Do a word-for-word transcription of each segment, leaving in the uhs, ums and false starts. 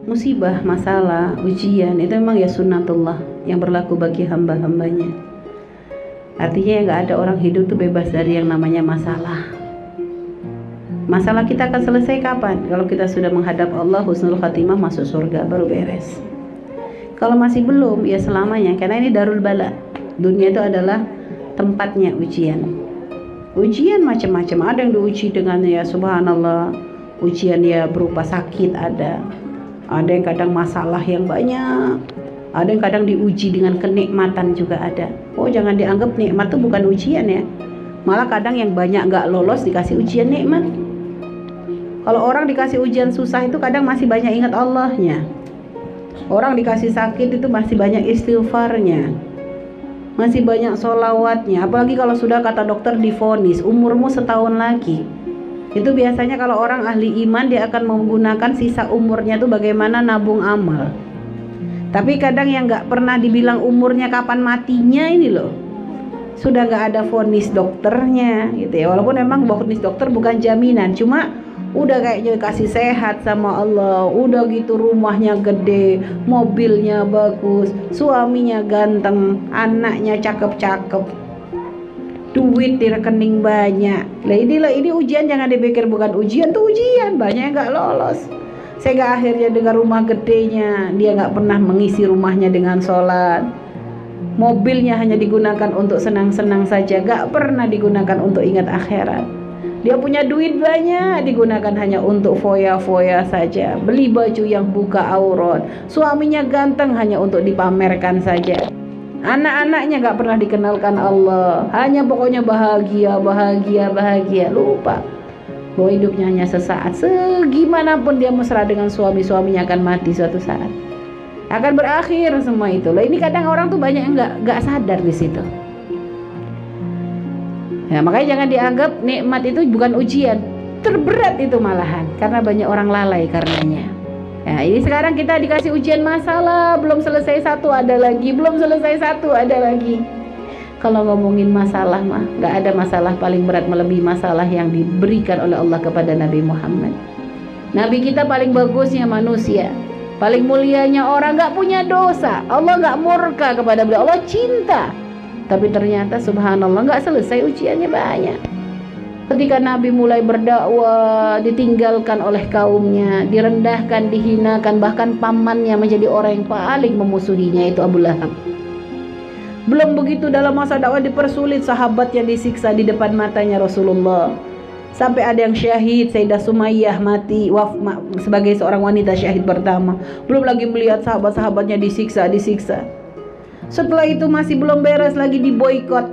musibah, masalah, ujian itu memang ya sunnatullah yang berlaku bagi hamba-hambanya. Artinya ya nggak ada orang hidup tuh bebas dari yang namanya masalah. Masalah kita akan selesai kapan? Kalau kita sudah menghadap Allah, husnul khatimah, masuk surga, baru beres. Kalau masih belum, ya selamanya, karena ini darul bala. Dunia itu adalah tempatnya ujian. Ujian macam-macam. Ada yang diuji dengan ya subhanallah, ujian ya berupa sakit ada. Ada yang kadang masalah yang banyak. Ada yang kadang diuji dengan kenikmatan juga ada. Oh, jangan dianggap nikmat itu bukan ujian ya. Malah kadang yang banyak nggak lolos dikasih ujian nikmat. Kalau orang dikasih ujian susah itu kadang masih banyak ingat Allahnya. Orang dikasih sakit itu masih banyak istighfarnya, masih banyak sholawatnya. Apalagi kalau sudah kata dokter divonis umurmu setahun lagi, itu biasanya kalau orang ahli iman dia akan menggunakan sisa umurnya itu bagaimana nabung amal. Tapi kadang yang nggak pernah dibilang umurnya kapan matinya ini loh, sudah nggak ada vonis dokternya gitu ya. Walaupun memang vonis dokter bukan jaminan, cuma udah kayaknya kasih sehat sama Allah, udah gitu rumahnya gede, mobilnya bagus, suaminya ganteng, anaknya cakep-cakep, duit di rekening banyak. Lah inilah ini ujian, jangan dipikir bukan ujian, tuh ujian, banyak yang nggak lolos. Sehingga akhirnya dengan rumah gedenya dia nggak pernah mengisi rumahnya dengan sholat, mobilnya hanya digunakan untuk senang-senang saja, nggak pernah digunakan untuk ingat akhirat. Dia punya duit banyak, digunakan hanya untuk foya-foya saja, beli baju yang buka aurat. Suaminya ganteng hanya untuk dipamerkan saja. Anak-anaknya gak pernah dikenalkan Allah, hanya pokoknya bahagia, bahagia, bahagia. Lupa bahwa hidupnya hanya sesaat. Segimanapun dia mesra dengan suami-suaminya akan mati suatu saat, akan berakhir semua itu. Lah ini kadang orang tuh banyak yang gak, gak sadar di situ. Ya, makanya jangan dianggap nikmat itu bukan ujian, terberat itu malahan, karena banyak orang lalai karenanya. Ya, ini sekarang kita dikasih ujian masalah, belum selesai satu ada lagi, belum selesai satu ada lagi. Kalau ngomongin masalah mah, nggak ada masalah paling berat melebihi masalah yang diberikan oleh Allah kepada Nabi Muhammad. Nabi kita paling bagusnya manusia, paling mulianya orang, nggak punya dosa. Allah nggak murka kepada beliau, Allah cinta. Tapi ternyata subhanallah nggak selesai ujiannya banyak. Ketika Nabi mulai berdakwah, ditinggalkan oleh kaumnya, direndahkan, dihinakan, bahkan pamannya menjadi orang yang paling memusuhinya, itu Abu Lahab. Belum begitu dalam masa dakwah dipersulit, sahabatnya disiksa di depan matanya Rasulullah. Sampai ada yang syahid, Sayyidah Sumayyah mati waf, ma, sebagai seorang wanita syahid pertama. Belum lagi melihat sahabat-sahabatnya disiksa, disiksa. Setelah itu masih belum beres lagi, diboikot.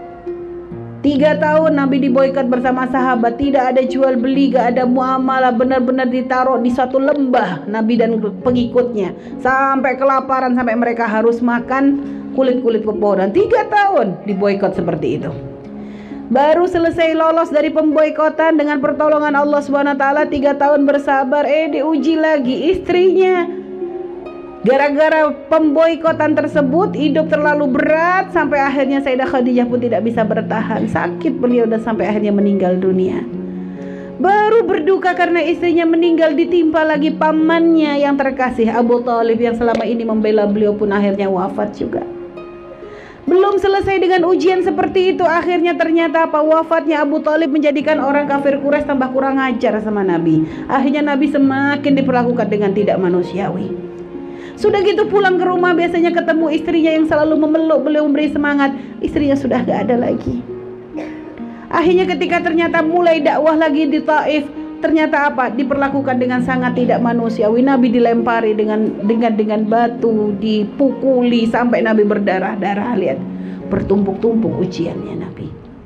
Tiga tahun Nabi diboikot bersama sahabat, tidak ada jual beli, gak ada muamalah, benar-benar ditaruh di suatu lembah Nabi dan pengikutnya, sampai kelaparan, sampai mereka harus makan kulit-kulit pepohonan. Tiga tahun diboikot seperti itu. Baru selesai lolos dari pemboikotan dengan pertolongan Allah subhanahu wa taala, tiga tahun bersabar, eh diuji lagi istrinya. Gara-gara pemboikotan tersebut hidup terlalu berat, sampai akhirnya Sayyidah Khadijah pun tidak bisa bertahan, sakit beliau dan sampai akhirnya meninggal dunia. Baru berduka karena istrinya meninggal, ditimpa lagi pamannya yang terkasih Abu Thalib yang selama ini membela beliau pun akhirnya wafat juga. Belum selesai dengan ujian seperti itu, akhirnya ternyata apa? Wafatnya Abu Thalib menjadikan orang kafir Quraisy tambah kurang ajar sama Nabi. Akhirnya Nabi semakin diperlakukan dengan tidak manusiawi. Sudah gitu pulang ke rumah, biasanya ketemu istrinya yang selalu memeluk beliau, memberi semangat. Istrinya sudah gak ada lagi. Akhirnya ketika ternyata mulai dakwah lagi di Taif, ternyata apa? Diperlakukan dengan sangat tidak manusiawi. Nabi dilempari dengan dengan dengan batu, dipukuli sampai Nabi berdarah-darah. Lihat, bertumpuk-tumpuk ujiannya Nabi.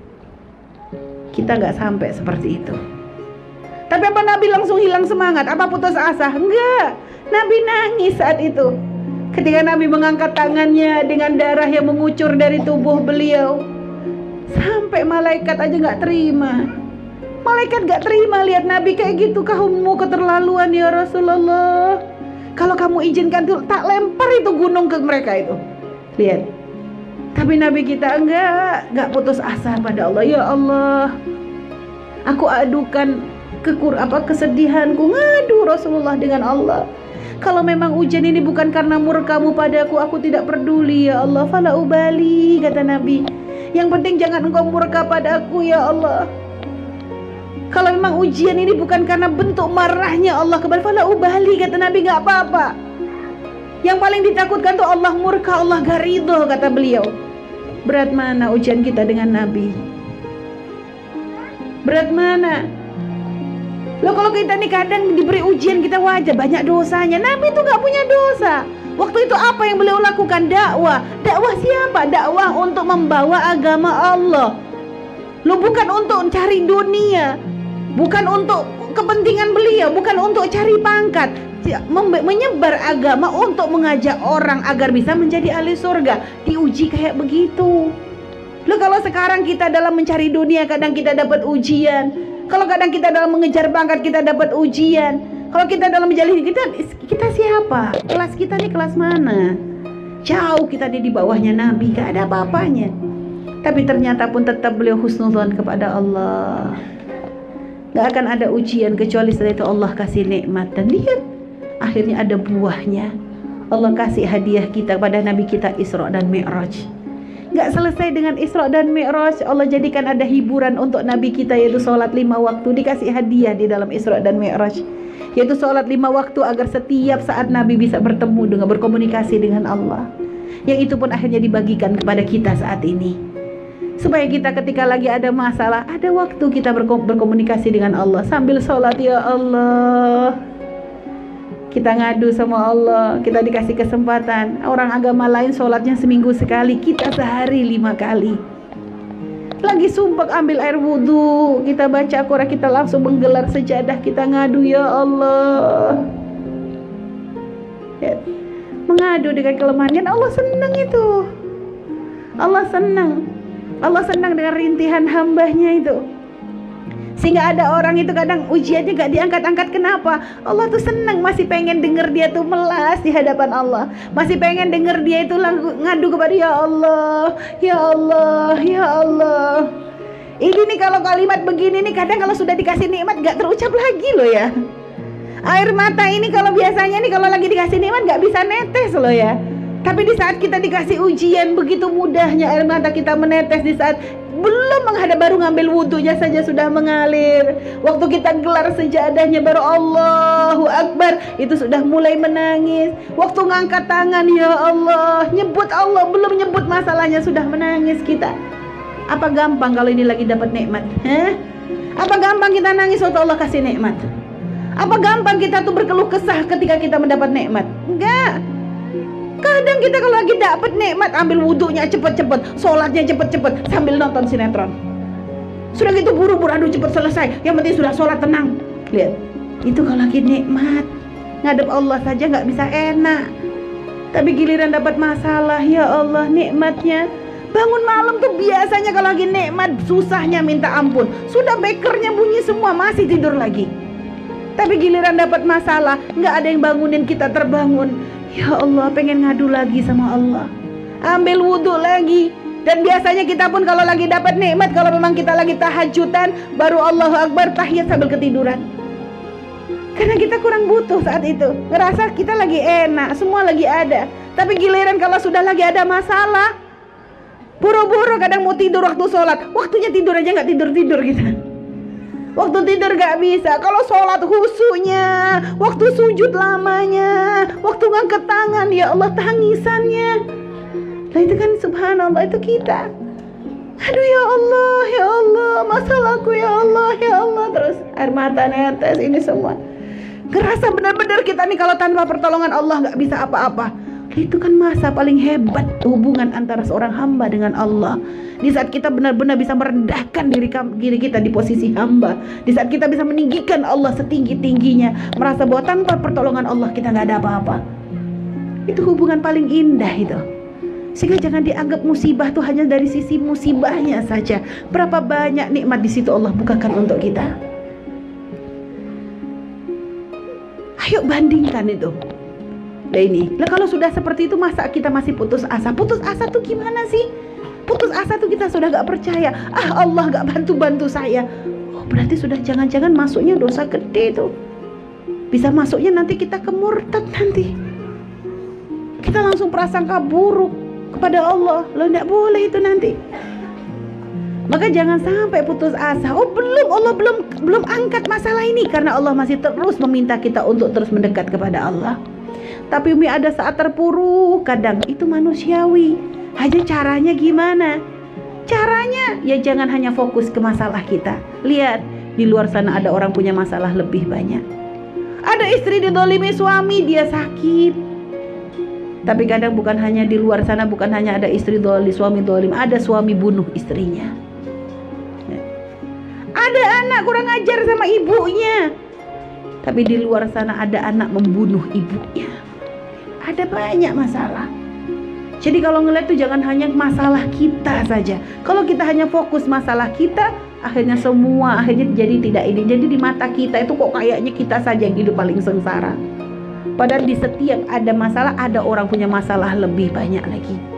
Kita gak sampai seperti itu. Tapi apa Nabi langsung hilang semangat? Apa putus asa? Enggak. Nabi nangis saat itu. Ketika Nabi mengangkat tangannya dengan darah yang mengucur dari tubuh beliau, sampai malaikat aja gak terima. Malaikat gak terima lihat Nabi kayak gitu. Kamu keterlaluan ya Rasulullah. Kalau kamu izinkan tuh, tak lempar itu gunung ke mereka itu. Lihat. Tapi Nabi kita enggak, enggak putus asa pada Allah. Ya Allah, aku adukan kekur apa kesedihanku, ngadu Rasulullah dengan Allah. Kalau memang ujian ini bukan karena murkamu padaku, aku tidak peduli ya Allah. Fala ubali, kata Nabi. Yang penting jangan engkau murka padaku ya Allah. Kalau memang ujian ini bukan karena bentuk marahnya Allah kepada, fala ubali, kata Nabi, nggak apa-apa. Yang paling ditakutkan tuh Allah murka, Allah gak ridho, kata beliau. Berat mana ujian kita dengan Nabi? Berat mana? Loh, kalau kita nih kadang diberi ujian kita wajar banyak dosanya. Nabi itu gak punya dosa. Waktu itu apa yang beliau lakukan? Dakwah. Dakwah siapa? Dakwah untuk membawa agama Allah. Loh, bukan untuk cari dunia, bukan untuk kepentingan beliau, bukan untuk cari pangkat. Menyebar agama untuk mengajak orang agar bisa menjadi ahli surga. Diuji kayak begitu. Loh, kalau sekarang kita dalam mencari dunia kadang kita dapat ujian. Kalau kadang kita dalam mengejar pangkat kita dapat ujian. Kalau kita dalam menjalani, kita kita siapa? Kelas kita nih kelas mana? Jauh kita nih di bawahnya Nabi, gak ada apa-apanya. Tapi ternyata pun tetap beliau husnudzon kepada Allah. Gak akan ada ujian kecuali setelah itu Allah kasih nikmat. Dan lihat, akhirnya ada buahnya. Allah kasih hadiah kita pada Nabi kita Isra dan Mi'raj. Gak selesai dengan Isra dan Mi'raj, Allah jadikan ada hiburan untuk Nabi kita, yaitu sholat lima waktu. Dikasih hadiah di dalam Isra dan Mi'raj, yaitu sholat lima waktu agar setiap saat Nabi bisa bertemu dengan, berkomunikasi dengan Allah. Yang itu pun akhirnya dibagikan kepada kita saat ini, supaya kita ketika lagi ada masalah, ada waktu kita berkom berkomunikasi dengan Allah sambil sholat. Ya Allah, kita ngadu sama Allah, kita dikasih kesempatan. Orang agama lain sholatnya seminggu sekali, kita sehari lima kali. Lagi sumpek ambil air wudhu, kita baca Al-Quran, kita langsung menggelar sejadah, kita ngadu. Ya Allah, ya, mengadu dengan kelemahan. Dan Allah senang itu. Allah senang. Allah senang dengan rintihan hambanya itu. Sehingga ada orang itu kadang ujiannya gak diangkat-angkat. Kenapa? Allah tuh senang, masih pengen denger dia tuh melas di hadapan Allah. Masih pengen denger dia itu ngadu kepada Ya Allah, Ya Allah, Ya Allah. Ini nih kalau kalimat begini nih kadang kalau sudah dikasih nikmat gak terucap lagi loh ya. Air mata ini kalau biasanya nih kalau lagi dikasih nikmat gak bisa netes loh ya. Tapi di saat kita dikasih ujian, begitu mudahnya air mata kita menetes. Di saat belum menghadap, baru ngambil wudhunya saja sudah mengalir. Waktu kita gelar sejadahnya baru Allahu Akbar, itu sudah mulai menangis. Waktu ngangkat tangan, ya Allah, nyebut Allah, belum nyebut masalahnya sudah menangis kita. Apa gampang kalau ini lagi dapat nikmat? Hah? Apa gampang kita nangis waktu Allah kasih nikmat? Apa gampang kita tuh berkeluh kesah ketika kita mendapat nikmat? Enggak. Kadang kita kalau lagi dapat nikmat, ambil wudhunya cepet-cepet, sholatnya cepet-cepet, sambil nonton sinetron. Sudah gitu buru-buru, aduh cepet selesai, yang penting sudah sholat tenang. Lihat, itu kalau lagi nikmat, ngadep Allah saja nggak bisa enak. Tapi giliran dapat masalah, ya Allah nikmatnya. Bangun malam tuh biasanya kalau lagi nikmat, susahnya minta ampun. Sudah bekernya bunyi semua, masih tidur lagi. Tapi giliran dapat masalah, nggak ada yang bangunin kita terbangun. Ya Allah, pengen ngadu lagi sama Allah, ambil wudhu lagi. Dan biasanya kita pun kalau lagi dapat nikmat, kalau memang kita lagi tahajudan, baru Allahu Akbar, tahiyat sambil ketiduran. Karena kita kurang butuh saat itu, ngerasa kita lagi enak, semua lagi ada. Tapi giliran kalau sudah lagi ada masalah, buru-buru kadang mau tidur waktu sholat, waktunya tidur aja nggak tidur-tidur kita. Waktu tidur gak bisa. Kalau sholat khusyuknya, waktu sujud lamanya, waktu ngangkat tangan, ya Allah tangisannya. Nah itu kan subhanallah, itu kita. Aduh ya Allah, ya Allah, masalahku ya Allah, ya Allah. Terus air mata netes, ini semua. Ngerasa benar-benar kita nih kalau tanpa pertolongan Allah gak bisa apa-apa. Itu kan masa paling hebat hubungan antara seorang hamba dengan Allah. Di saat kita benar-benar bisa merendahkan diri, diri kita di posisi hamba. Di saat kita bisa meninggikan Allah setinggi-tingginya, merasa bahwa tanpa pertolongan Allah kita gak ada apa-apa. Itu hubungan paling indah itu. Sehingga jangan dianggap musibah itu hanya dari sisi musibahnya saja. Berapa banyak nikmat di situ Allah bukakan untuk kita. Ayo bandingkan itu. Nah ini, nah kalau sudah seperti itu masa kita masih putus asa? Putus asa tuh gimana sih? Putus asa tuh kita sudah gak percaya. Ah Allah gak bantu-bantu saya. Oh berarti sudah jangan-jangan masuknya dosa gede tuh. Bisa masuknya nanti kita ke murtad nanti. Kita langsung prasangka buruk kepada Allah. Lo tidak boleh itu nanti. Maka jangan sampai putus asa. Oh belum, Allah belum belum angkat masalah ini, karena Allah masih terus meminta kita untuk terus mendekat kepada Allah. Tapi Umi ada saat terpuruk, kadang itu manusiawi. Hanya caranya gimana? Caranya ya jangan hanya fokus ke masalah kita. Lihat, di luar sana ada orang punya masalah lebih banyak. Ada istri didolimi suami, dia sakit. Tapi kadang bukan hanya di luar sana, bukan hanya ada istri dolim, suami dolim, ada suami bunuh istrinya. Ada anak kurang ajar sama ibunya, tapi di luar sana ada anak membunuh ibunya. Ada banyak masalah. Jadi kalau ngeliat tuh jangan hanya masalah kita saja. Kalau kita hanya fokus masalah kita, akhirnya semua akhirnya jadi tidak ini. Jadi di mata kita itu kok kayaknya kita saja yang hidup paling sengsara. Padahal di setiap ada masalah, ada orang punya masalah lebih banyak lagi.